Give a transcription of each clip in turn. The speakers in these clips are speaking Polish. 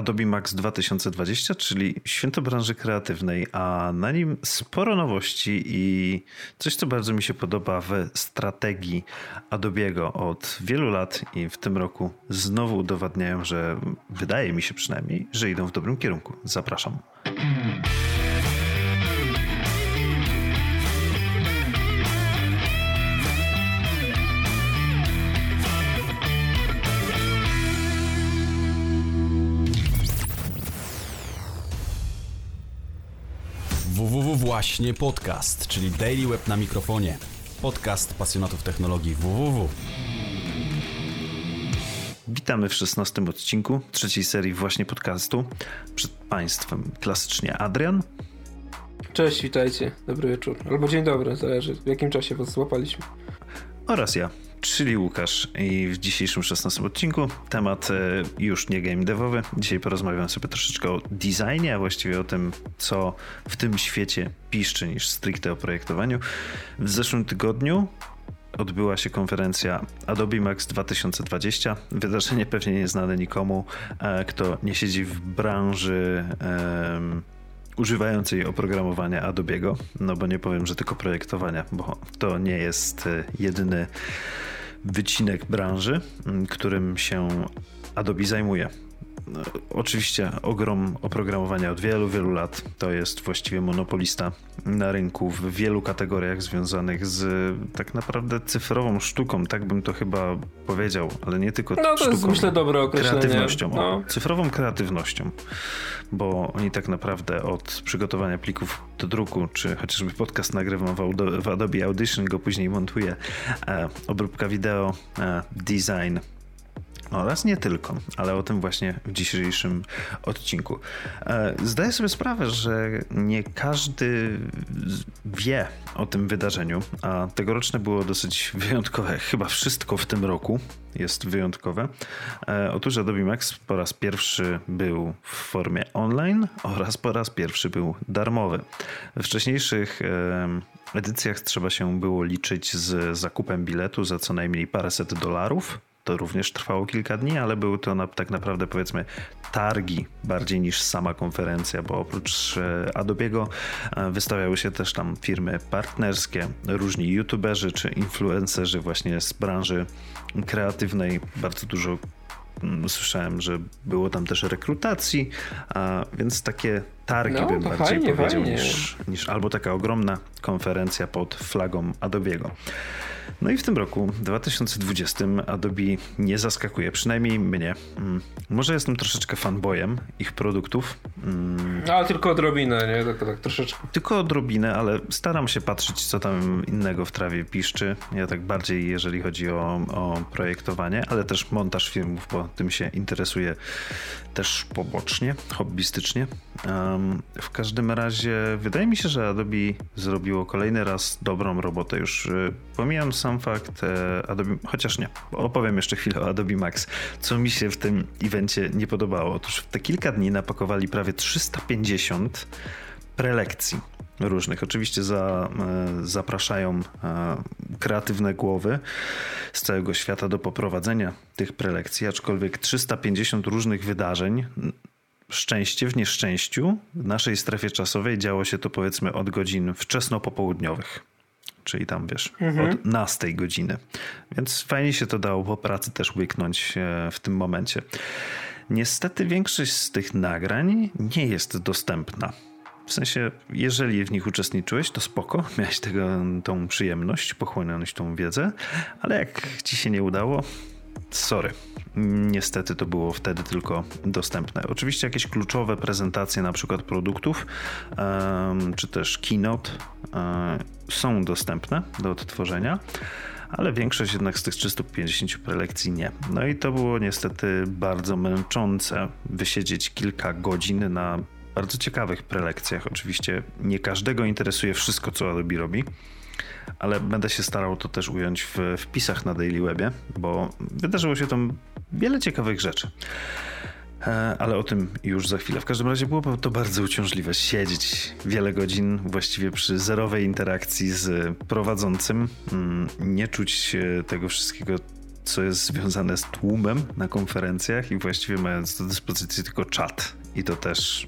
Adobe Max 2020, czyli święto branży kreatywnej, a na nim sporo nowości i coś, co bardzo mi się podoba w strategii Adobe'ego od wielu lat i w tym roku znowu udowadniają, że wydaje mi się przynajmniej, że idą w dobrym kierunku. Zapraszam. www właśnie podcast, czyli Daily Web na mikrofonie. Podcast pasjonatów technologii www. Witamy w 16 odcinku trzeciej serii właśnie podcastu. Przed Państwem klasycznie Adrian. Cześć, witajcie. Dobry wieczór. Albo dzień dobry, zależy w jakim czasie was złapaliśmy. Oraz ja, czyli Łukasz. I w dzisiejszym 16 odcinku temat już nie game devowy. Dzisiaj porozmawiamy sobie troszeczkę o designie, a właściwie o tym, co w tym świecie piszczy niż stricte o projektowaniu. W zeszłym tygodniu odbyła się konferencja Adobe Max 2020. Wydarzenie pewnie nieznane nikomu, kto nie siedzi w branży używającej oprogramowania Adobe'ego, no bo nie powiem, że tylko projektowania, bo to nie jest jedyny wycinek branży, którym się Adobe zajmuje. No, oczywiście ogrom oprogramowania od wielu lat. To jest właściwie monopolista na rynku w wielu kategoriach związanych z tak naprawdę cyfrową sztuką, tak bym to chyba powiedział, ale nie tylko to sztuką, jest, myślę, dobre określenie. Kreatywnością, cyfrową kreatywnością, bo oni tak naprawdę od przygotowania plików do druku, czy chociażby podcast nagrywam w Adobe Audition, go później montuję, obróbka wideo, design, oraz nie tylko, ale o tym właśnie w dzisiejszym odcinku. Zdaję sobie sprawę, że nie każdy wie o tym wydarzeniu, a tegoroczne było dosyć wyjątkowe. Chyba wszystko w tym roku jest wyjątkowe. Otóż Adobe Max po raz pierwszy był w formie online oraz po raz pierwszy był darmowy. We wcześniejszych edycjach trzeba się było liczyć z zakupem biletu za co najmniej paręset dolarów. To również trwało kilka dni, ale były to tak naprawdę, powiedzmy, targi bardziej niż sama konferencja, bo oprócz Adobe'ego wystawiały się też tam firmy partnerskie, różni youtuberzy czy influencerzy właśnie z branży kreatywnej. Bardzo dużo słyszałem, że było tam też rekrutacji, więc takie targi bym bardziej powiedział niż albo taka ogromna konferencja pod flagą Adobe'ego. No i w tym roku, 2020, Adobe nie zaskakuje, przynajmniej mnie. Może jestem troszeczkę fanboyem ich produktów. Ale tylko odrobinę, nie? Tak troszeczkę. Tylko odrobinę, ale staram się patrzeć, co tam innego w trawie piszczy. Ja tak bardziej, jeżeli chodzi o projektowanie, ale też montaż filmów, bo tym się interesuję też pobocznie, hobbystycznie. W każdym razie wydaje mi się, że Adobe zrobiło kolejny raz dobrą robotę. Już pomijam sam fakt Adobe, chociaż nie, opowiem jeszcze chwilę o Adobe Max, co mi się w tym evencie nie podobało. Otóż w te kilka dni napakowali prawie 350 prelekcji różnych. Oczywiście zapraszają kreatywne głowy z całego świata do poprowadzenia tych prelekcji, aczkolwiek 350 różnych wydarzeń. Szczęście w nieszczęściu w naszej strefie czasowej działo się to, powiedzmy, od godzin wczesnopopołudniowych. Czyli tam, wiesz, od nastej godziny. Więc fajnie się to dało po pracy też łyknąć w tym momencie. Niestety większość z tych nagrań nie jest dostępna. W sensie, jeżeli w nich uczestniczyłeś, to spoko, miałeś tą przyjemność, pochłonąć tą wiedzę, ale jak ci się nie udało, sorry. Niestety to było wtedy tylko dostępne. Oczywiście jakieś kluczowe prezentacje na przykład produktów czy też keynote są dostępne do odtworzenia, ale większość jednak z tych 350 prelekcji nie. No i to było niestety bardzo męczące wysiedzieć kilka godzin na bardzo ciekawych prelekcjach. Oczywiście nie każdego interesuje wszystko, co Adobe robi, ale będę się starał to też ująć w wpisach na Daily Webie, bo wydarzyło się tam wiele ciekawych rzeczy. Ale o tym już za chwilę. W każdym razie było to bardzo uciążliwe siedzieć wiele godzin właściwie przy zerowej interakcji z prowadzącym, nie czuć tego wszystkiego co jest związane z tłumem na konferencjach i właściwie mając do dyspozycji tylko czat. I to też,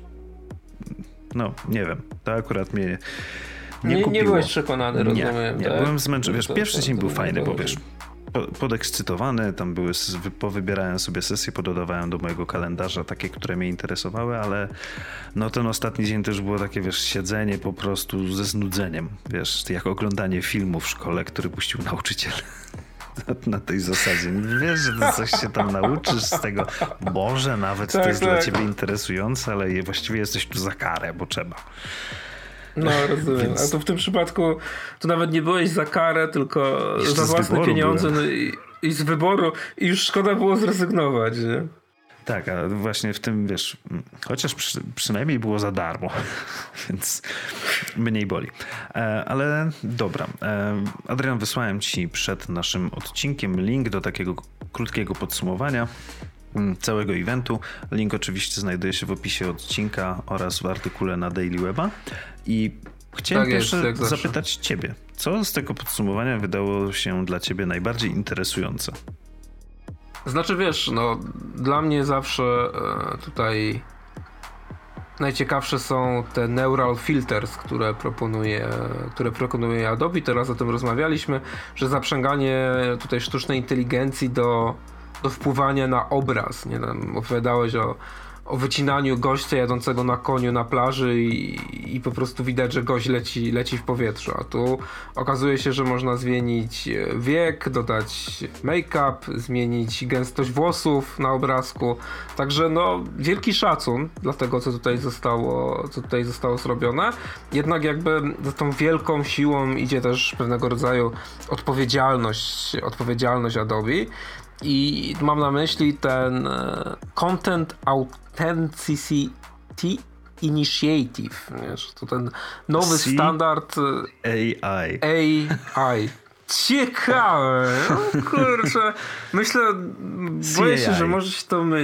no nie wiem, to akurat mnie nie kupiło. Nie byłeś przekonany, rozumiem. Nie, tak? byłem zmęczony. Wiesz, pierwszy dzień był fajny, bo dobrze. wiesz, podekscytowany, tam były, powybierałem sobie sesje, pododawałem do mojego kalendarza takie, które mnie interesowały, ale no ten ostatni dzień też było takie, wiesz, siedzenie po prostu ze znudzeniem, wiesz, jak oglądanie filmu w szkole, który puścił nauczyciel. Na tej zasadzie. Wiesz, że ty coś się tam nauczysz z tego. Może nawet to jest dla ciebie interesujące, ale właściwie jesteś tu za karę, bo trzeba. No, rozumiem. Więc... A to w tym przypadku to nawet nie byłeś za karę, tylko jeszcze za własne pieniądze i z wyboru i już szkoda było zrezygnować, nie? Tak, a właśnie w tym, wiesz, chociaż przynajmniej było za darmo, więc mniej boli. Ale dobra, Adrian, wysłałem ci przed naszym odcinkiem link do takiego krótkiego podsumowania całego eventu. Link oczywiście znajduje się w opisie odcinka oraz w artykule na Daily Weba. I chciałem też zapytać ciebie, co z tego podsumowania wydało się dla ciebie najbardziej interesujące? Znaczy wiesz, no dla mnie zawsze tutaj najciekawsze są te neural filters, które proponuje Adobe. Teraz o tym rozmawialiśmy, że zaprzęganie tutaj sztucznej inteligencji do wpływania na obraz. Nie wiem, opowiadałeś o wycinaniu gościa jadącego na koniu na plaży i po prostu widać, że gość leci w powietrzu. A tu okazuje się, że można zmienić wiek, dodać make-up, zmienić gęstość włosów na obrazku. Także no wielki szacun dla tego, co tutaj zostało zrobione. Jednak jakby za tą wielką siłą idzie też pewnego rodzaju odpowiedzialność Adobe. I mam na myśli ten Content Authenticity Initiative. Wiesz, to ten nowy standard AI. Ciekawe. No, kurczę. Myślę, boję się, że może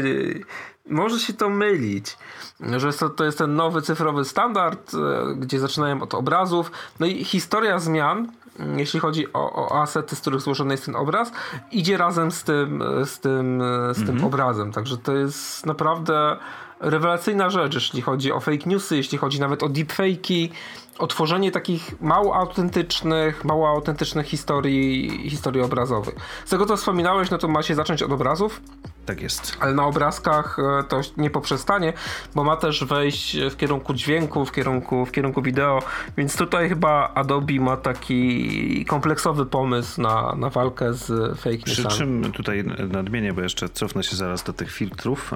się to mylić. Że to jest ten nowy cyfrowy standard, gdzie zaczynają od obrazów. No i historia zmian, jeśli chodzi o asety, z których złożony jest ten obraz, idzie razem z tym obrazem. Także to jest naprawdę rewelacyjna rzecz, jeśli chodzi o fake newsy, jeśli chodzi nawet o deepfake'i, o tworzenie takich mało autentycznych historii obrazowych. Z tego, co wspominałeś, no to ma się zacząć od obrazów. Tak jest. Ale na obrazkach to nie poprzestanie, bo ma też wejść w kierunku dźwięku, w kierunku wideo, więc tutaj chyba Adobe ma taki kompleksowy pomysł na walkę z fake newsami. Przy czym tutaj nadmienię, bo jeszcze cofnę się zaraz do tych filtrów.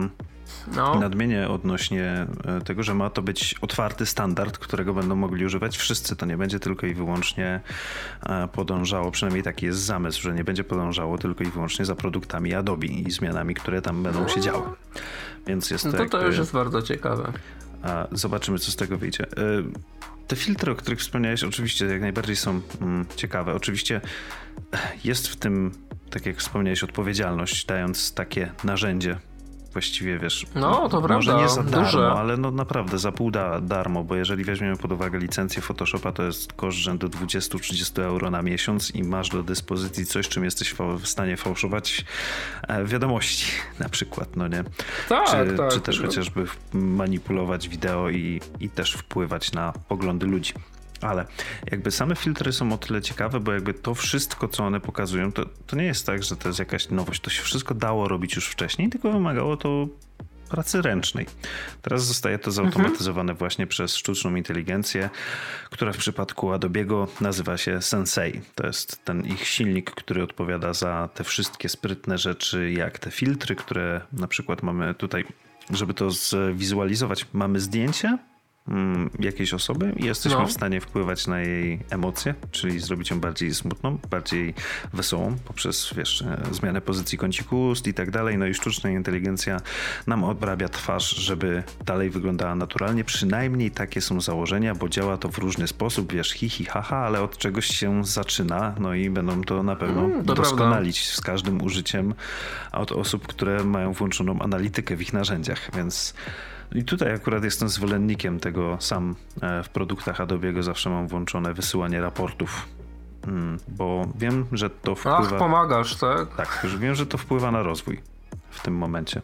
Nadmienię odnośnie tego, że ma to być otwarty standard, którego będą mogli używać wszyscy. To nie będzie tylko i wyłącznie podążało, przynajmniej taki jest zamysł, że nie będzie podążało tylko i wyłącznie za produktami Adobe i zmianami, które tam będą się działy. Więc jest to już jest bardzo ciekawe. Zobaczymy, co z tego wyjdzie. Te filtry, o których wspomniałeś, oczywiście jak najbardziej są ciekawe. Oczywiście jest w tym, tak jak wspomniałeś, odpowiedzialność, dając takie narzędzie. Właściwie wiesz, no to prawda, może nie za darmo, duże. ale no naprawdę za pół darmo, bo jeżeli weźmiemy pod uwagę licencję Photoshopa, to jest koszt rzędu 20-30 euro na miesiąc i masz do dyspozycji coś, czym jesteś w stanie fałszować wiadomości na przykład, no nie? Czy też chociażby manipulować wideo i też wpływać na poglądy ludzi. Ale jakby same filtry są o tyle ciekawe, bo jakby to wszystko, co one pokazują, to nie jest tak, że to jest jakaś nowość. To się wszystko dało robić już wcześniej, tylko wymagało to pracy ręcznej. Teraz zostaje to zautomatyzowane właśnie przez sztuczną inteligencję, która w przypadku Adobe'ego nazywa się Sensei. To jest ten ich silnik, który odpowiada za te wszystkie sprytne rzeczy, jak te filtry, które na przykład mamy tutaj, żeby to zwizualizować. Mamy zdjęcie jakiejś osoby i jesteśmy w stanie wpływać na jej emocje, czyli zrobić ją bardziej smutną, bardziej wesołą poprzez, wiesz, zmianę pozycji kąciku ust i tak dalej. No i sztuczna inteligencja nam obrabia twarz, żeby dalej wyglądała naturalnie. Przynajmniej takie są założenia, bo działa to w różny sposób, wiesz, haha, ale od czegoś się zaczyna, no i będą to na pewno doskonalić z każdym użyciem od osób, które mają włączoną analitykę w ich narzędziach, więc i tutaj akurat jestem zwolennikiem tego sam w produktach Adobe'ego zawsze mam włączone wysyłanie raportów bo wiem, że to wpływa... pomagasz, tak? Tak, już wiem, że to wpływa na rozwój w tym momencie.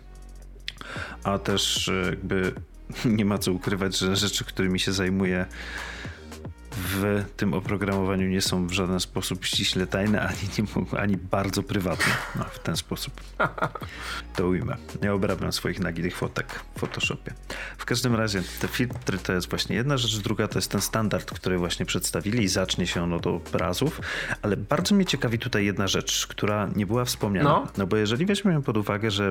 A też jakby nie ma co ukrywać, że rzeczy, którymi się zajmuję w tym oprogramowaniu nie są w żaden sposób ściśle tajne, ani bardzo prywatne. No, w ten sposób to ujmę. Nie obrabiam swoich nagich fotek w Photoshopie. W każdym razie te filtry to jest właśnie jedna rzecz, druga to jest ten standard, który właśnie przedstawili i zacznie się on od obrazów, ale bardzo mnie ciekawi tutaj jedna rzecz, która nie była wspomniana. No bo jeżeli weźmiemy pod uwagę, że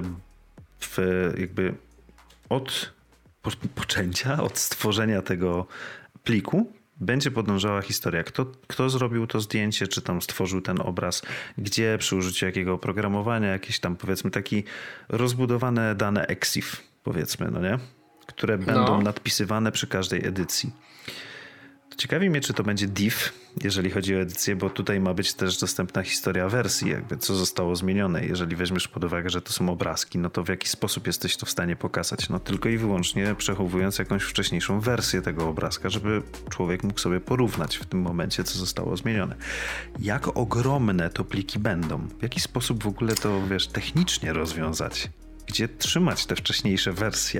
jakby od poczęcia, od stworzenia tego pliku będzie podążała historia. Kto zrobił to zdjęcie, czy tam stworzył ten obraz, gdzie, przy użyciu jakiego oprogramowania, jakieś tam powiedzmy takie rozbudowane dane EXIF, powiedzmy, no nie? Które będą nadpisywane przy każdej edycji. Ciekawi mnie, czy to będzie div, jeżeli chodzi o edycję, bo tutaj ma być też dostępna historia wersji, jakby co zostało zmienione. Jeżeli weźmiesz pod uwagę, że to są obrazki, no to w jaki sposób jesteś to w stanie pokazać? No tylko i wyłącznie przechowując jakąś wcześniejszą wersję tego obrazka, żeby człowiek mógł sobie porównać w tym momencie, co zostało zmienione. Jak ogromne to pliki będą? W jaki sposób w ogóle to, technicznie rozwiązać? Gdzie trzymać te wcześniejsze wersje?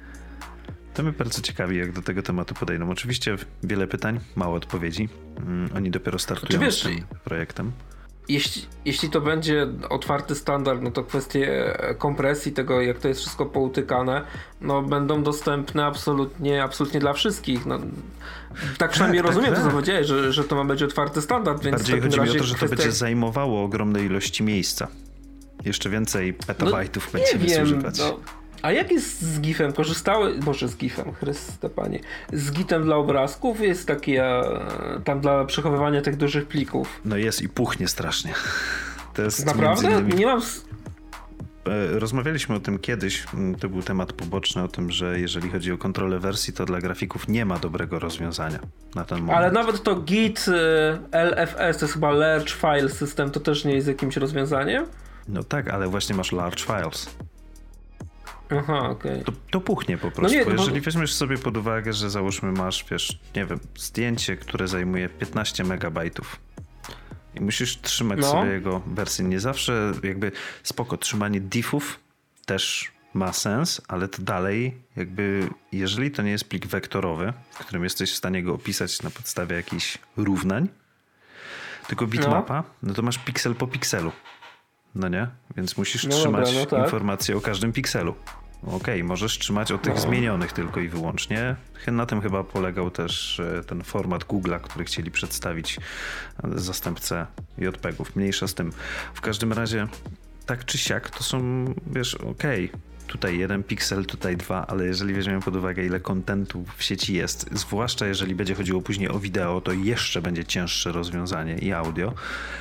To mnie bardzo ciekawi, jak do tego tematu podejdą. Oczywiście wiele pytań, mało odpowiedzi. Oni dopiero startują z tym projektem. Jeśli to będzie otwarty standard, no to kwestie kompresji, tego jak to jest wszystko poutykane, no będą dostępne absolutnie dla wszystkich. No, tak przynajmniej rozumiem, co powiedziałeś, że to ma być otwarty standard. Więc bardziej chodzi mi o to, że to będzie zajmowało ogromne ilości miejsca. Jeszcze więcej petabajtów będziemy zużywać. A jak jest z GIF-em? Z GIF-em, Chryste Panie. Z Gitem dla obrazków jest takie tam dla przechowywania tych dużych plików. No jest i puchnie strasznie. To jest naprawdę? Nie mam... Rozmawialiśmy o tym kiedyś, to był temat poboczny o tym, że jeżeli chodzi o kontrolę wersji, to dla grafików nie ma dobrego rozwiązania na ten moment. Ale nawet to Git LFS, to jest chyba Large File System, to też nie jest jakimś rozwiązaniem? No tak, ale właśnie masz Large Files. Aha, okej. To puchnie po prostu. No jeżeli weźmiesz sobie pod uwagę, że załóżmy masz, zdjęcie, które zajmuje 15 megabajtów i musisz trzymać sobie jego wersję. Nie zawsze spoko, trzymanie diffów też ma sens, ale to dalej jeżeli to nie jest plik wektorowy, w którym jesteś w stanie go opisać na podstawie jakichś równań, tylko bitmapa, no to masz piksel po pikselu. No nie? Więc musisz trzymać informacje o każdym pikselu. Okej, możesz trzymać o tych zmienionych tylko i wyłącznie. Na tym chyba polegał też ten format Google'a, który chcieli przedstawić zastępcę JPEG-ów. Mniejsza z tym. W każdym razie tak czy siak to są, tutaj 1 piksel, tutaj 2, ale jeżeli weźmiemy pod uwagę, ile kontentu w sieci jest, zwłaszcza jeżeli będzie chodziło później o wideo, to jeszcze będzie cięższe rozwiązanie i audio.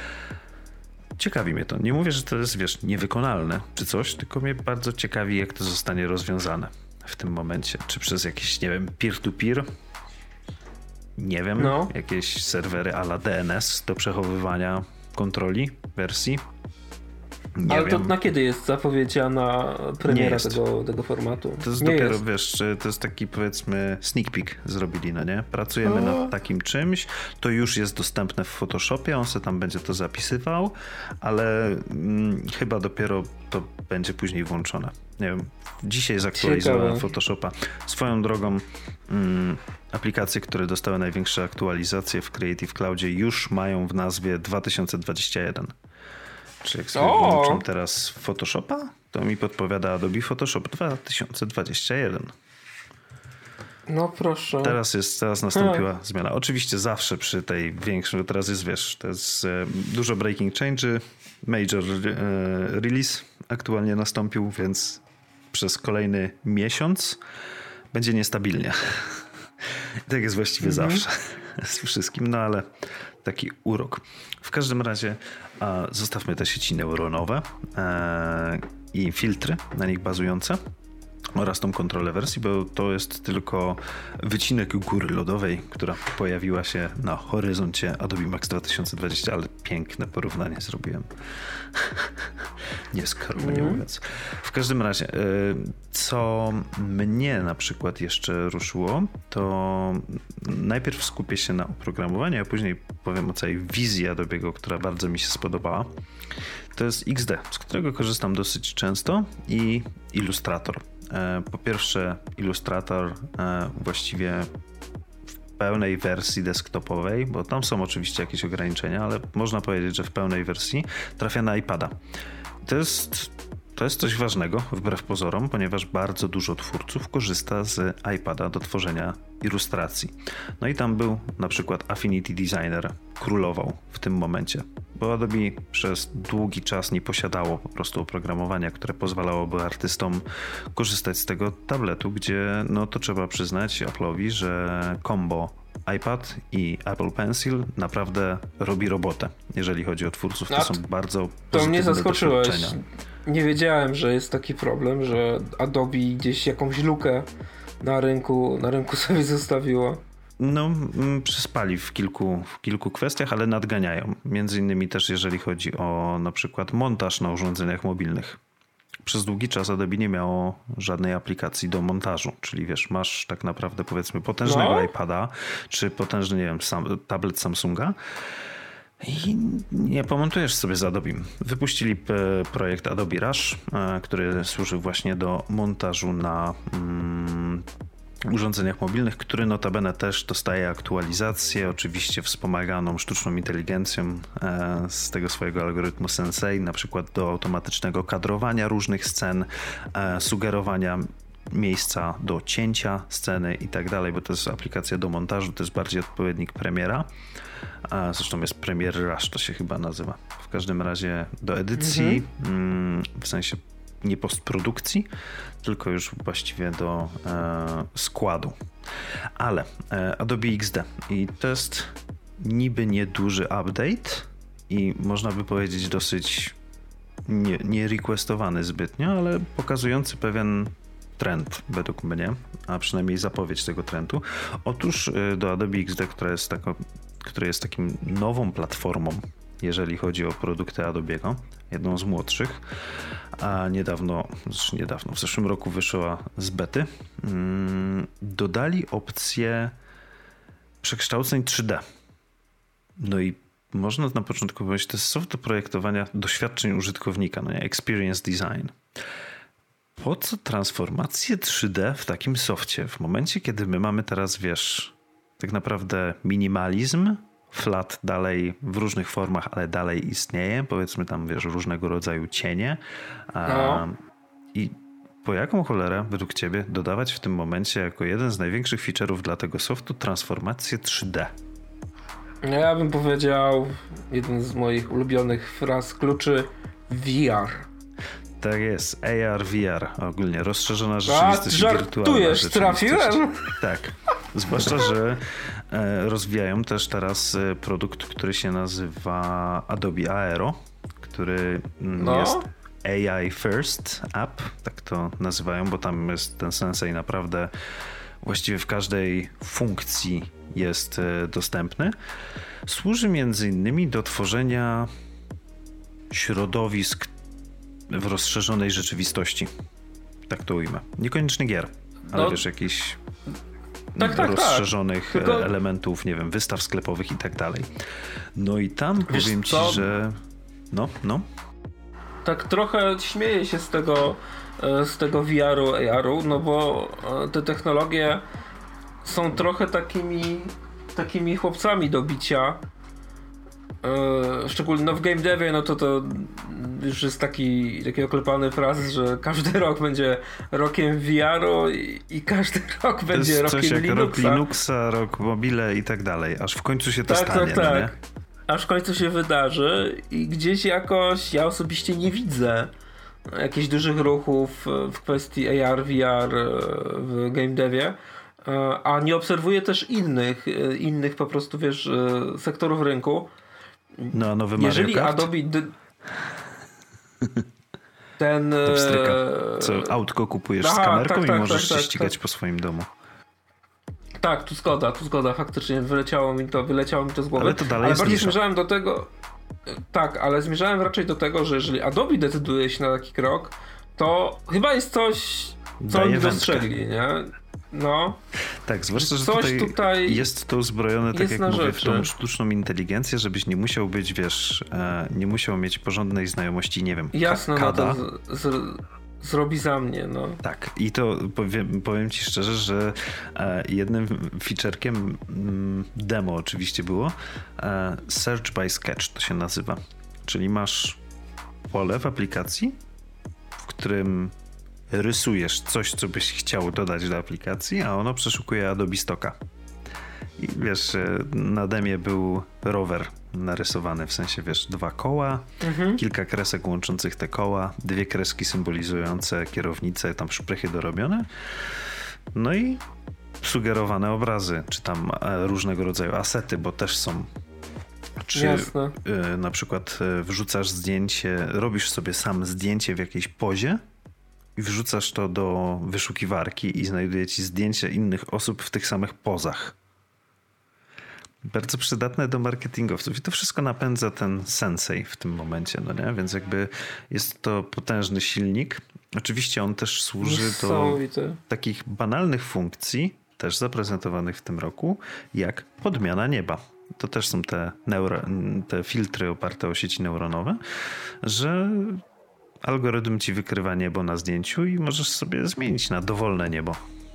Ciekawi mnie to. Nie mówię, że to jest, niewykonalne czy coś, tylko mnie bardzo ciekawi, jak to zostanie rozwiązane w tym momencie. Czy przez jakieś, peer-to-peer? Nie wiem. Jakieś serwery a la DNS do przechowywania kontroli wersji? Nie Ale wiem. To na kiedy jest zapowiedziana premiera tego formatu? To jest dopiero, to jest taki, powiedzmy, sneak peek zrobili, no nie? Pracujemy nad takim czymś, to już jest dostępne w Photoshopie, on se tam będzie to zapisywał, ale chyba dopiero to będzie później włączone. Nie wiem, dzisiaj zaktualizowałem Photoshopa. Swoją drogą aplikacje, które dostały największe aktualizacje w Creative Cloudzie już mają w nazwie 2021. Czy jak sobie włączam teraz Photoshopa, to mi podpowiada Adobe Photoshop 2021. No proszę. Teraz nastąpiła zmiana. Oczywiście zawsze przy tej większej, teraz jest, to jest dużo breaking change'y, major release aktualnie nastąpił, więc przez kolejny miesiąc będzie niestabilnie. Tak jest właściwie zawsze z wszystkim, no ale taki urok. W każdym razie zostawmy te sieci neuronowe i filtry na nich bazujące. oraz tą kontrolę wersji, bo to jest tylko wycinek góry lodowej, która pojawiła się na horyzoncie Adobe Max 2020, ale piękne porównanie zrobiłem. Nieskromnie mówiąc. W każdym razie, co mnie na przykład jeszcze ruszyło, to najpierw skupię się na oprogramowaniu, a później powiem o całej wizji Adobe'ego, która bardzo mi się spodobała. To jest XD, z którego korzystam dosyć często, i Illustrator. Po pierwsze Illustrator właściwie w pełnej wersji desktopowej, bo tam są oczywiście jakieś ograniczenia, ale można powiedzieć, że w pełnej wersji trafia na iPada. To jest coś ważnego, wbrew pozorom, ponieważ bardzo dużo twórców korzysta z iPada do tworzenia ilustracji. No i tam był na przykład Affinity Designer, królował w tym momencie, bo Adobe przez długi czas nie posiadało po prostu oprogramowania, które pozwalałoby artystom korzystać z tego tabletu, gdzie no to trzeba przyznać Apple'owi, że combo iPad i Apple Pencil naprawdę robi robotę, jeżeli chodzi o twórców. To są bardzo pozytywne to mnie zaskoczyłeś. doświadczenia. Nie wiedziałem, że jest taki problem, że Adobe gdzieś jakąś lukę na rynku sobie zostawiło. No, przyspali w kilku kwestiach, ale nadganiają. Między innymi też jeżeli chodzi o na przykład montaż na urządzeniach mobilnych. Przez długi czas Adobe nie miało żadnej aplikacji do montażu, czyli wiesz, masz tak naprawdę powiedzmy potężnego iPada, czy potężny, nie wiem, tablet Samsunga i nie pomontujesz sobie z Adobe. Wypuścili projekt Adobe Rush, który służy właśnie do montażu na urządzeniach mobilnych, który notabene też dostaje aktualizację, oczywiście wspomaganą sztuczną inteligencją z tego swojego algorytmu Sensei, na przykład do automatycznego kadrowania różnych scen, sugerowania miejsca do cięcia sceny i tak dalej, bo to jest aplikacja do montażu, to jest bardziej odpowiednik Premiera. Zresztą jest Premiere Rush, to się chyba nazywa. W każdym razie do edycji, w sensie nie postprodukcji, tylko już właściwie do składu. Ale Adobe XD i to jest niby nieduży update i można by powiedzieć dosyć nie requestowany zbytnio, ale pokazujący pewien trend według mnie, a przynajmniej zapowiedź tego trendu. Otóż do Adobe XD, który jest takim nową platformą, jeżeli chodzi o produkty Adobe'ego, jedną z młodszych, a niedawno, w zeszłym roku wyszła z bety, dodali opcję przekształceń 3D. No i można na początku powiedzieć, to jest soft do projektowania doświadczeń użytkownika, no nie? Experience design. Po co transformację 3D w takim softie? W momencie, kiedy my mamy teraz, wiesz, tak naprawdę minimalizm, flat dalej w różnych formach, ale dalej istnieje. Powiedzmy tam, wiesz, różnego rodzaju cienie. I po jaką cholerę według ciebie dodawać w tym momencie jako jeden z największych feature'ów dla tego softu transformację 3D? Ja bym powiedział, jeden z moich ulubionych fraz kluczy, VR. Tak jest, AR, VR, ogólnie rozszerzona rzeczywistość i wirtualna rzeczywistość. Trafiłem? Tak, zwłaszcza, że rozwijają też teraz produkt, który się nazywa Adobe Aero, który jest AI First App, tak to nazywają, bo tam jest ten Sensei naprawdę właściwie w każdej funkcji jest dostępny. Służy między innymi do tworzenia środowisk w rozszerzonej rzeczywistości. Tak to ujmę. Niekoniecznie gier, ale wiesz, jakichś rozszerzonych elementów, nie wiem, wystaw sklepowych i tak dalej. No i tam wiesz powiem ci, że no. Tak trochę śmieję się z tego VR-u, AR-u, no bo te technologie są trochę takimi chłopcami do bicia. Szczególnie w game devie, no to już jest taki oklepany fraz, że każdy rok będzie rokiem VR-u i każdy rok będzie rokiem Linuxa. To jest coś jak rok Linuxa, rok mobile i tak dalej, aż w końcu się to stanie. Tak. Nie? Aż w końcu się wydarzy i gdzieś jakoś ja osobiście nie widzę jakichś dużych ruchów w kwestii AR, VR w game devie, a nie obserwuję też innych po prostu, wiesz, sektorów rynku. No, a nowy Mario Jeżeli Kart? Adobe... Ten... To pstryka, co autko kupujesz z kamerką i możesz się ścigać po swoim domu. Tak, tu zgoda, faktycznie wyleciało mi to z głowy. Ale to dalej ale jest bardziej nisza. zmierzałem do tego... Tak, ale zmierzałem raczej do tego, że jeżeli Adobe decyduje się na taki krok, to chyba jest coś, co oni dostrzegli, nie? No. Tak, zwłaszcza, że Coś tutaj jest to uzbrojone, tak jak mówię, w tą sztuczną inteligencję, żebyś nie musiał być, wiesz, nie musiał mieć porządnej znajomości, nie wiem, jasno, CAD-a. no to zrobi za mnie, no. Tak, i to powiem ci szczerze, że jednym featurekiem demo oczywiście było Search by Sketch to się nazywa, czyli masz pole w aplikacji, w którym rysujesz coś, co byś chciał dodać do aplikacji, a ono przeszukuje Adobe Stocka. I wiesz, na demie był rower narysowany, w sensie, wiesz, 2 koła, kilka kresek łączących te koła, 2 kreski symbolizujące kierownicę, tam szprychy dorobione, no i sugerowane obrazy, czy tam różnego rodzaju asety, bo też są. Czy na przykład wrzucasz zdjęcie, robisz sobie sam zdjęcie w jakiejś pozie i wrzucasz to do wyszukiwarki i znajduje ci zdjęcia innych osób w tych samych pozach. Bardzo przydatne do marketingowców i to wszystko napędza ten Sensei w tym momencie, no nie? Więc jakby jest to potężny silnik. Oczywiście on też służy do takich banalnych funkcji, też zaprezentowanych w tym roku, jak podmiana nieba. To też są te filtry oparte o sieci neuronowe, że algorytm ci wykrywa niebo na zdjęciu i możesz sobie zmienić na dowolne niebo.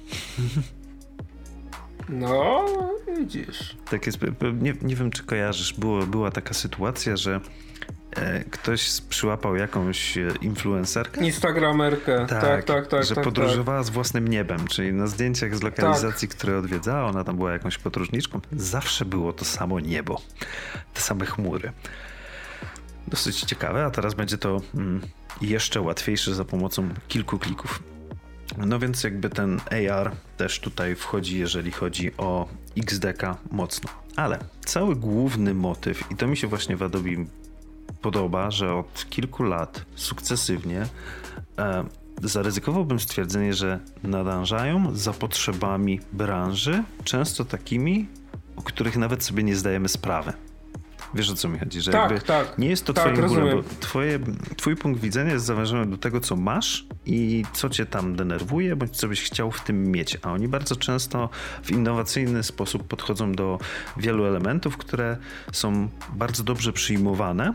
No, widzisz. Tak jest, nie wiem, czy kojarzysz, była taka sytuacja, że ktoś przyłapał jakąś influencerkę. Instagramerkę. Tak. Że podróżowała z własnym niebem, czyli na zdjęciach z lokalizacji, które odwiedzała, ona tam była jakąś podróżniczką. Zawsze było to samo niebo, te same chmury. Dosyć ciekawe, a teraz będzie to jeszcze łatwiejsze za pomocą kilku klików. No więc jakby ten AR też tutaj wchodzi, jeżeli chodzi o XDK mocno. Ale cały główny motyw, i to mi się właśnie w Adobe podoba, że od kilku lat sukcesywnie zaryzykowałbym stwierdzenie, że nadążają za potrzebami branży, często takimi, o których nawet sobie nie zdajemy sprawy. Wiesz, o co mi chodzi? Że nie jest to twoim górem, bo twój punkt widzenia jest zawężony do tego, co masz i co cię tam denerwuje, bądź co byś chciał w tym mieć. A oni bardzo często w innowacyjny sposób podchodzą do wielu elementów, które są bardzo dobrze przyjmowane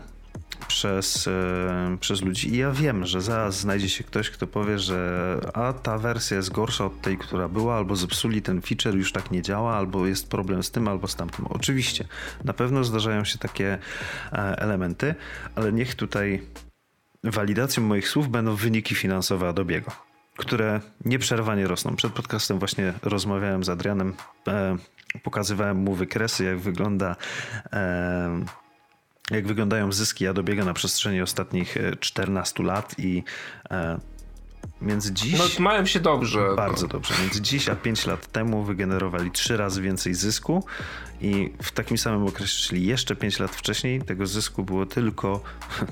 przez ludzi. I ja wiem, że zaraz znajdzie się ktoś, kto powie, że ta wersja jest gorsza od tej, która była, albo zepsuli ten feature, już tak nie działa, albo jest problem z tym, albo z tamtym. Oczywiście, na pewno zdarzają się takie elementy, ale niech tutaj walidacją moich słów będą wyniki finansowe Adobe'ego, które nieprzerwanie rosną. Przed podcastem właśnie rozmawiałem z Adrianem, pokazywałem mu wykresy, jak wyglądają zyski Adobe'ego na przestrzeni ostatnich 14 lat i między dziś... No mają się dobrze. Bardzo dobrze. Między dziś a 5 lat temu wygenerowali 3 razy więcej zysku i w takim samym okresie, czyli jeszcze 5 lat wcześniej, tego zysku było tylko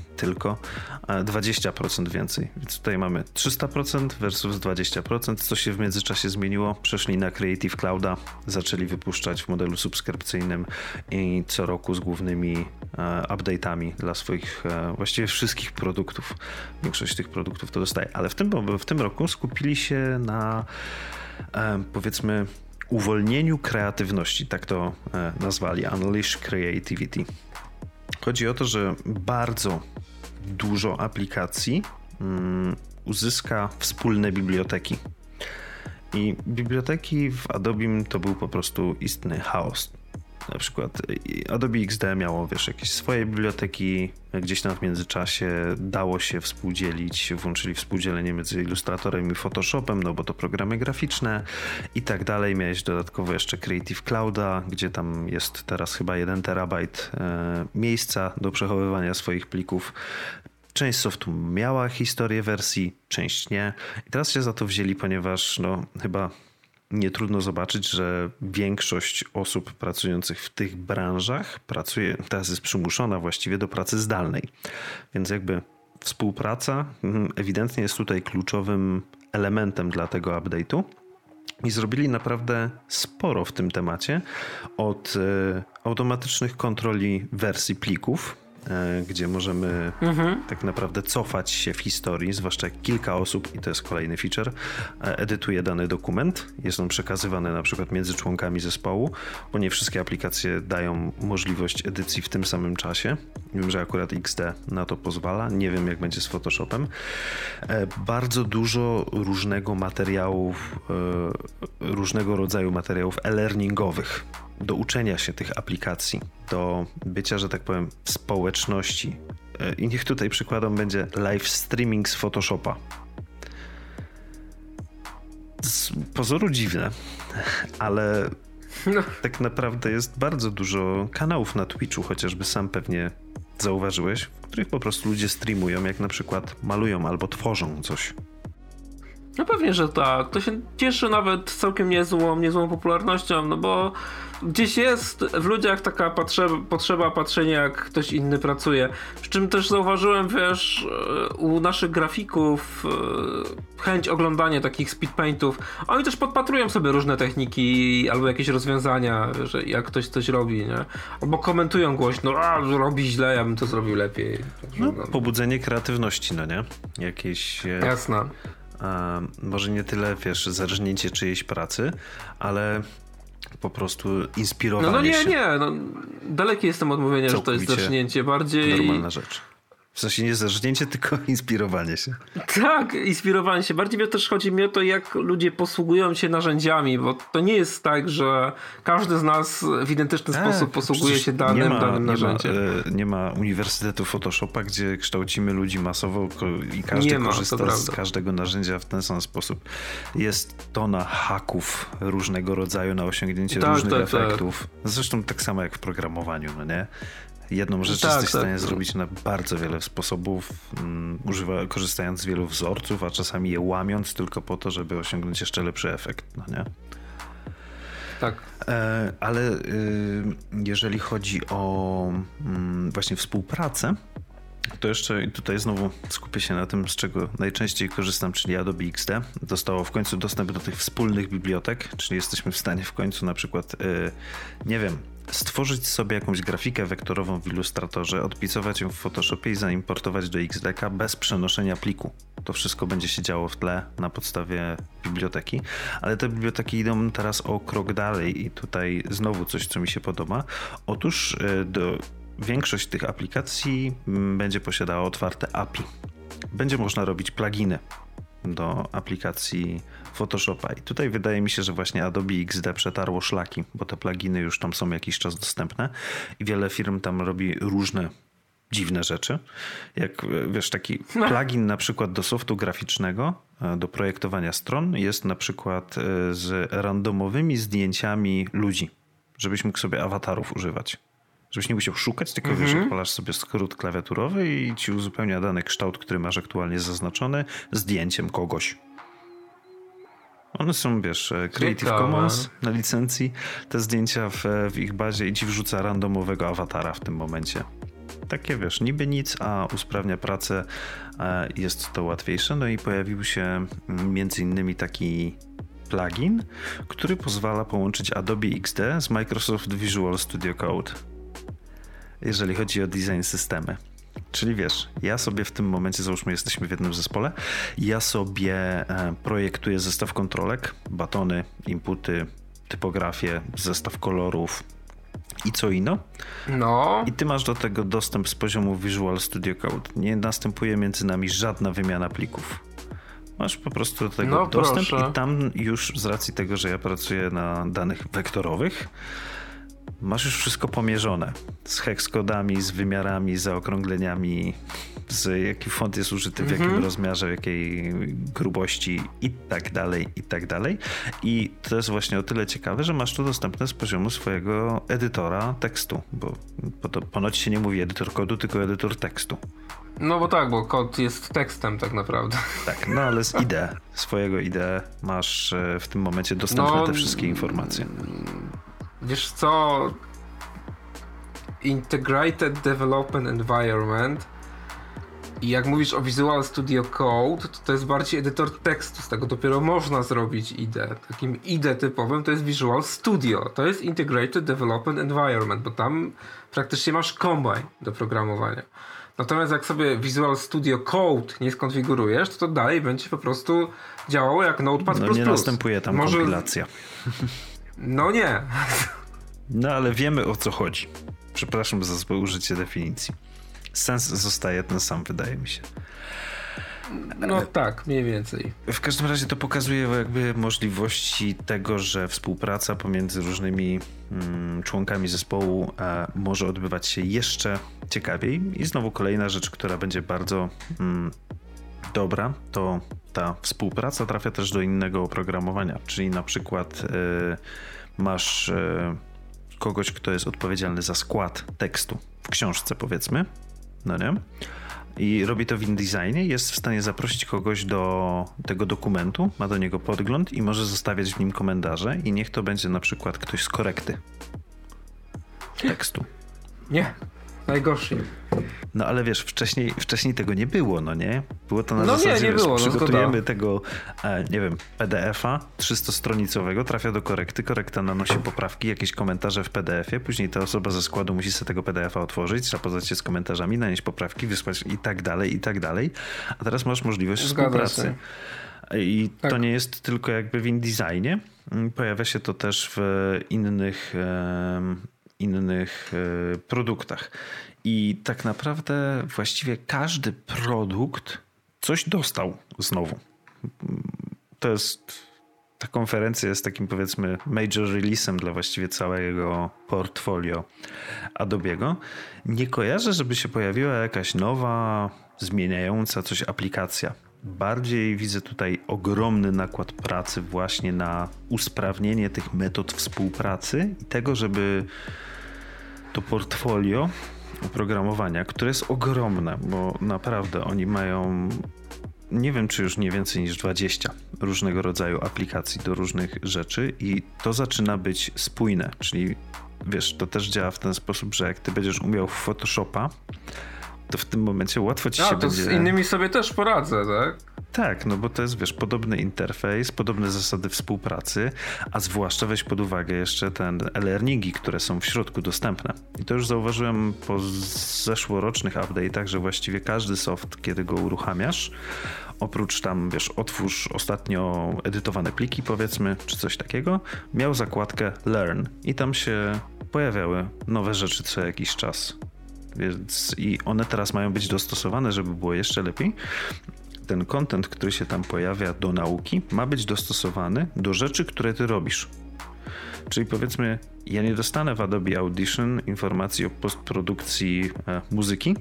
20% więcej. Więc tutaj mamy 300% versus 20%. Co się w międzyczasie zmieniło? Przeszli na Creative Clouda, zaczęli wypuszczać w modelu subskrypcyjnym i co roku z głównymi update'ami dla swoich właściwie wszystkich produktów. Większość tych produktów to dostaje. Ale w tym roku skupili się na powiedzmy uwolnieniu kreatywności, tak to nazwali, Unleash Creativity. Chodzi o to, że bardzo dużo aplikacji uzyska wspólne biblioteki. I biblioteki w Adobe to był po prostu istny chaos. Na przykład Adobe XD miało, jakieś swoje biblioteki, gdzieś tam w międzyczasie dało się współdzielić, włączyli współdzielenie między Illustratorem i Photoshopem, no bo to programy graficzne i tak dalej. Miałeś dodatkowo jeszcze Creative Clouda, gdzie tam jest teraz chyba 1 terabajt miejsca do przechowywania swoich plików. Część softu miała historię wersji, część nie. I teraz się za to wzięli, ponieważ chyba nie trudno zobaczyć, że większość osób pracujących w tych branżach teraz jest przymuszona właściwie do pracy zdalnej. Więc jakby Współpraca ewidentnie jest tutaj kluczowym elementem dla tego update'u i zrobili naprawdę sporo w tym temacie, od automatycznych kontroli wersji plików, gdzie możemy tak naprawdę cofać się w historii, zwłaszcza jak kilka osób, i to jest kolejny feature, edytuje dany dokument. Jest on przekazywany na przykład między członkami zespołu, bo nie wszystkie aplikacje dają możliwość edycji w tym samym czasie. Wiem, że akurat XD na to pozwala. Nie wiem, jak będzie z Photoshopem. Bardzo dużo różnego rodzaju materiałów e-learningowych do uczenia się tych aplikacji, do bycia, że tak powiem, w społeczności. I niech tutaj przykładem będzie live streaming z Photoshopa. Z pozoru dziwne, ale tak naprawdę jest bardzo dużo kanałów na Twitchu, chociażby sam pewnie zauważyłeś, w których po prostu ludzie streamują, jak na przykład malują albo tworzą coś. No pewnie, że tak. To się cieszy nawet całkiem niezłą popularnością, no bo gdzieś jest w ludziach taka potrzeba patrzenia, jak ktoś inny pracuje. Przy czym też zauważyłem, wiesz, u naszych grafików chęć oglądania takich speedpaintów. Oni też podpatrują sobie różne techniki albo jakieś rozwiązania, że jak ktoś coś robi, nie? Albo komentują głośno, robi źle, ja bym to zrobił lepiej. No, pobudzenie kreatywności, no nie? Jakieś... Jasne. Może nie tyle, wiesz, zerżnięcie czyjejś pracy, ale po prostu inspirowanie się. No daleki jestem od mówienia, że to jest zerżnięcie. Bardziej... Normalna rzecz. W sensie nie zerżnięcie, tylko inspirowanie się. Tak, inspirowanie się. Bardziej też chodzi mi o to, jak ludzie posługują się narzędziami, bo to nie jest tak, że każdy z nas w identyczny sposób posługuje się danym narzędziem. Nie ma Uniwersytetu Photoshopa, gdzie kształcimy ludzi masowo i każdy korzysta z każdego narzędzia w ten sam sposób. Jest tona haków różnego rodzaju na osiągnięcie różnych efektów. Zresztą tak samo jak w programowaniu, no nie? Jedną rzecz jesteś w stanie zrobić na bardzo wiele sposobów, korzystając z wielu wzorców, a czasami je łamiąc tylko po to, żeby osiągnąć jeszcze lepszy efekt, no nie? Tak. Ale jeżeli chodzi o właśnie współpracę, to jeszcze tutaj znowu skupię się na tym, z czego najczęściej korzystam, czyli Adobe XD. Dostało w końcu dostęp do tych wspólnych bibliotek, czyli jesteśmy w stanie w końcu na przykład, nie wiem, stworzyć sobie jakąś grafikę wektorową w Illustratorze, odpisować ją w Photoshopie i zaimportować do XDK bez przenoszenia pliku. To wszystko będzie się działo w tle na podstawie biblioteki, ale te biblioteki idą teraz o krok dalej i tutaj znowu coś, co mi się podoba. Otóż większość tych aplikacji będzie posiadała otwarte API. Będzie można robić pluginy do aplikacji Photoshopa. I tutaj wydaje mi się, że właśnie Adobe XD przetarło szlaki, bo te pluginy już tam są jakiś czas dostępne i wiele firm tam robi różne dziwne rzeczy. Jak wiesz, taki plugin na przykład do softu graficznego, do projektowania stron jest na przykład z randomowymi zdjęciami ludzi, żebyś mógł sobie awatarów używać. Żebyś nie musiał szukać, tylko wiesz, odpalasz sobie skrót klawiaturowy i ci uzupełnia dany kształt, który masz aktualnie zaznaczony, zdjęciem kogoś. One są, wiesz, Creative Commons na licencji, te zdjęcia w ich bazie i ci wrzuca randomowego awatara w tym momencie. Takie, wiesz, niby nic, a usprawnia pracę, jest to łatwiejsze. No i pojawił się między innymi taki plugin, który pozwala połączyć Adobe XD z Microsoft Visual Studio Code, jeżeli chodzi o design systemy. Czyli wiesz, ja sobie w tym momencie, załóżmy jesteśmy w jednym zespole, ja sobie projektuję zestaw kontrolek, batony, inputy, typografię, zestaw kolorów i co inno. No. I ty masz do tego dostęp z poziomu Visual Studio Code. Nie następuje między nami żadna wymiana plików. Masz po prostu do tego dostęp i tam już z racji tego, że ja pracuję na danych wektorowych, masz już wszystko pomierzone. Z hexkodami, z wymiarami, z zaokrągleniami, z jaki font jest użyty, w jakim rozmiarze, w jakiej grubości i tak dalej, i tak dalej. I to jest właśnie o tyle ciekawe, że masz to dostępne z poziomu swojego edytora tekstu, bo to ponoć się nie mówi edytor kodu, tylko edytor tekstu. No bo tak, bo kod jest tekstem tak naprawdę. Tak, no ale z IDE, swojego IDE masz w tym momencie dostępne te wszystkie informacje. Wiesz co? Integrated Development Environment I jak mówisz o Visual Studio Code, to jest bardziej edytor tekstu, z tego dopiero można zrobić IDE. Takim IDE typowym to jest Visual Studio, to jest Integrated Development Environment, bo tam praktycznie masz Combine do programowania. Natomiast jak sobie Visual Studio Code nie skonfigurujesz, to dalej będzie po prostu działało jak Notepad++. No nie następuje tam kompilacja. No nie. No ale wiemy, o co chodzi. Przepraszam za złe użycie definicji. Sens zostaje ten sam, wydaje mi się. No tak, mniej więcej. W każdym razie to pokazuje jakby możliwości tego, że współpraca pomiędzy różnymi członkami zespołu może odbywać się jeszcze ciekawiej. I znowu kolejna rzecz, która będzie bardzo dobra, to ta współpraca trafia też do innego oprogramowania. Czyli na przykład masz kogoś, kto jest odpowiedzialny za skład tekstu w książce, powiedzmy, no nie? I robi to w InDesignie, jest w stanie zaprosić kogoś do tego dokumentu, ma do niego podgląd i może zostawiać w nim komentarze i niech to będzie na przykład ktoś z korekty tekstu. Nie, najgorszy. No ale wiesz, wcześniej tego nie było, no nie? Było to na no zasadzie, nie było, przygotujemy tego, nie wiem, PDF-a 300-stronicowego, trafia do korekty, korekta nanosi poprawki, jakieś komentarze w PDF-ie, później ta osoba ze składu musi sobie tego PDF-a otworzyć, zapoznać się z komentarzami, nanieść poprawki, wysłać i tak dalej. A teraz masz możliwość współpracy. I tak. To nie jest tylko jakby w InDesignie, pojawia się to też w innych produktach. I tak naprawdę właściwie każdy produkt coś dostał znowu. Ta konferencja jest takim, powiedzmy, major release'em dla właściwie całego portfolio Adobe'ego. Nie kojarzę, żeby się pojawiła jakaś nowa, zmieniająca coś aplikacja. Bardziej widzę tutaj ogromny nakład pracy właśnie na usprawnienie tych metod współpracy i tego, żeby to portfolio oprogramowania, które jest ogromne, bo naprawdę oni mają, nie wiem czy już nie więcej niż 20 różnego rodzaju aplikacji do różnych rzeczy i to zaczyna być spójne, czyli wiesz, to też działa w ten sposób, że jak ty będziesz umiał w Photoshopa, to w tym momencie łatwo ci się to będzie... z innymi sobie też poradzę, tak? Tak, no bo to jest, wiesz, podobny interfejs, podobne zasady współpracy, a zwłaszcza weź pod uwagę jeszcze te e-learningi, które są w środku dostępne. I to już zauważyłem po zeszłorocznych update'ach, że właściwie każdy soft, kiedy go uruchamiasz, oprócz tam, wiesz, otwórz ostatnio edytowane pliki, powiedzmy, czy coś takiego, miał zakładkę Learn i tam się pojawiały nowe rzeczy co jakiś czas. Więc i one teraz mają być dostosowane, żeby było jeszcze lepiej. Ten content, który się tam pojawia do nauki, ma być dostosowany do rzeczy, które ty robisz. Czyli powiedzmy, ja nie dostanę w Adobe Audition informacji o postprodukcji muzyki,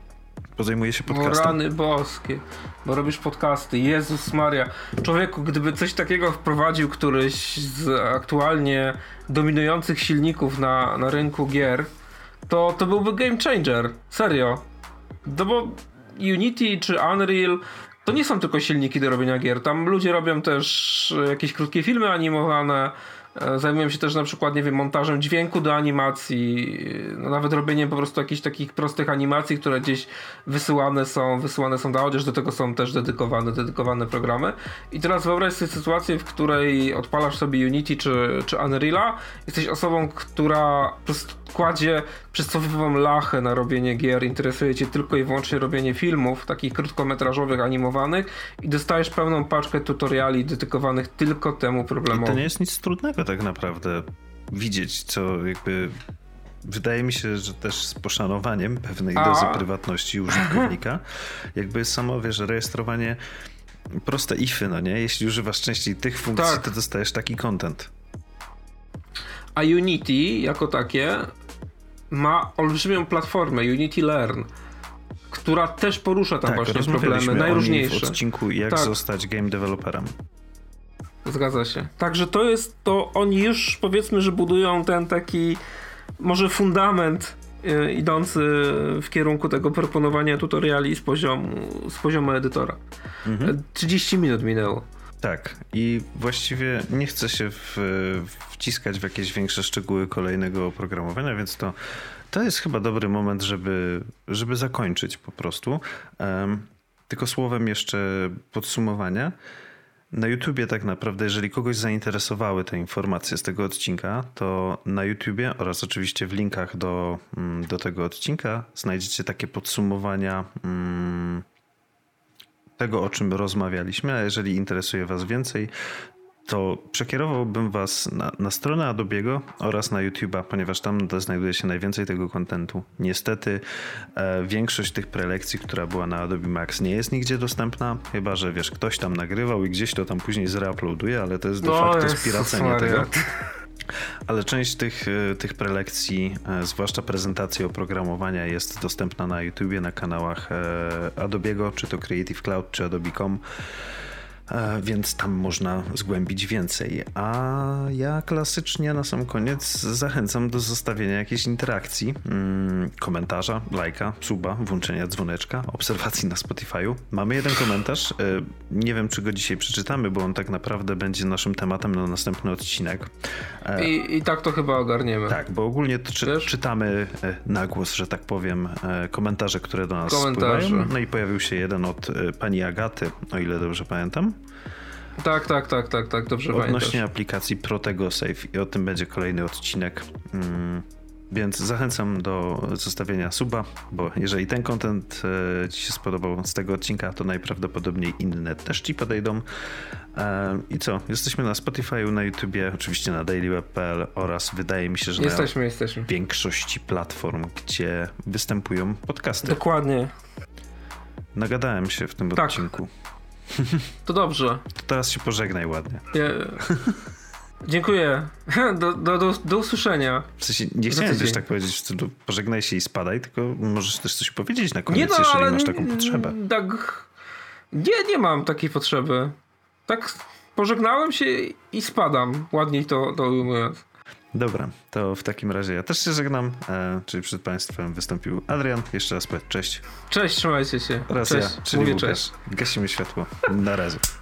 bo zajmuję się podcastem. O rany boskie, bo robisz podcasty. Jezus Maria. Człowieku, gdyby coś takiego wprowadził któryś z aktualnie dominujących silników na rynku gier, to byłby game changer. Serio. No bo Unity czy Unreal to nie są tylko silniki do robienia gier. Tam ludzie robią też jakieś krótkie filmy animowane, zajmują się też na przykład, nie wiem, montażem dźwięku do animacji, no nawet robieniem po prostu jakichś takich prostych animacji, które gdzieś wysyłane są do audio, do tego są też dedykowane programy. I teraz wyobraź sobie sytuację, w której odpalasz sobie Unity czy Unreala, jesteś osobą, która po prostu kładzie przedstawową lachę na robienie gier, interesuje cię tylko i wyłącznie robienie filmów, takich krótkometrażowych, animowanych i dostajesz pełną paczkę tutoriali dedykowanych tylko temu problemowi. I to nie jest nic trudnego tak naprawdę widzieć, co jakby wydaje mi się, że też z poszanowaniem pewnej dozy prywatności użytkownika, jakby samo, wiesz, rejestrowanie proste ify, no nie? Jeśli używasz częściej tych funkcji, to dostajesz taki content. A Unity jako takie ma olbrzymią platformę Unity Learn, która też porusza tam właśnie problemy najróżniejsze. W odcinku jak zostać game developerem. Zgadza się. Także to oni już powiedzmy, że budują ten taki może fundament idący w kierunku tego proponowania tutoriali z poziomu edytora. 30 minut minęło. Tak, i właściwie nie chcę się wciskać w jakieś większe szczegóły kolejnego oprogramowania, więc to To jest chyba dobry moment, żeby zakończyć po prostu. Tylko słowem jeszcze podsumowania. Na YouTubie tak naprawdę, jeżeli kogoś zainteresowały te informacje z tego odcinka, to na YouTubie oraz oczywiście w linkach do tego odcinka znajdziecie takie podsumowania tego, o czym rozmawialiśmy, a jeżeli interesuje was więcej, to przekierowałbym was na stronę Adobe'ego oraz na YouTube'a, ponieważ tam znajduje się najwięcej tego kontentu. Niestety większość tych prelekcji, która była na Adobe Max, nie jest nigdzie dostępna, chyba że wiesz, ktoś tam nagrywał i gdzieś to tam później zreuploaduje, ale to jest de facto spiracenie tego. Ale część tych prelekcji, zwłaszcza prezentacji oprogramowania, jest dostępna na YouTubie, na kanałach Adobe'ego, czy to Creative Cloud, czy Adobe.com. Więc tam można zgłębić więcej. A ja klasycznie na sam koniec zachęcam do zostawienia jakiejś interakcji, komentarza, lajka, suba, włączenia dzwoneczka, obserwacji na Spotify'u. Mamy jeden komentarz, nie wiem czy go dzisiaj przeczytamy, bo on tak naprawdę będzie naszym tematem na następny odcinek. I tak to chyba ogarniemy. Tak, bo ogólnie to czytamy na głos, że tak powiem, komentarze, które do nas spływają. No i pojawił się jeden od pani Agaty, o ile dobrze pamiętam. Tak, dobrze pamiętasz. Odnośnie aplikacji Protego Save i o tym będzie kolejny odcinek. Więc zachęcam do zostawienia suba, bo jeżeli ten content ci się spodobał z tego odcinka, to najprawdopodobniej inne też ci podejdą. I co? Jesteśmy na Spotify'u, na YouTubie, oczywiście na dailyweb.pl oraz wydaje mi się, że jesteśmy. Większości platform, gdzie występują podcasty. Dokładnie. Nagadałem się w tym odcinku. To dobrze. To teraz się pożegnaj ładnie. Dziękuję. Do usłyszenia. W sensie nie chciałem też tak powiedzieć w stylu pożegnaj się i spadaj, tylko możesz też coś powiedzieć na koniec, jeżeli masz taką potrzebę. Tak, nie mam takiej potrzeby. Tak pożegnałem się i spadam. Ładniej to ujmując. Dobra, to w takim razie ja też się żegnam, czyli przed państwem wystąpił Adrian. Jeszcze raz powiedz cześć. Cześć, trzymajcie się. Oraz cześć. Ja, czyli Mówię Łukasz. cześć. Gasimy światło. Na razie.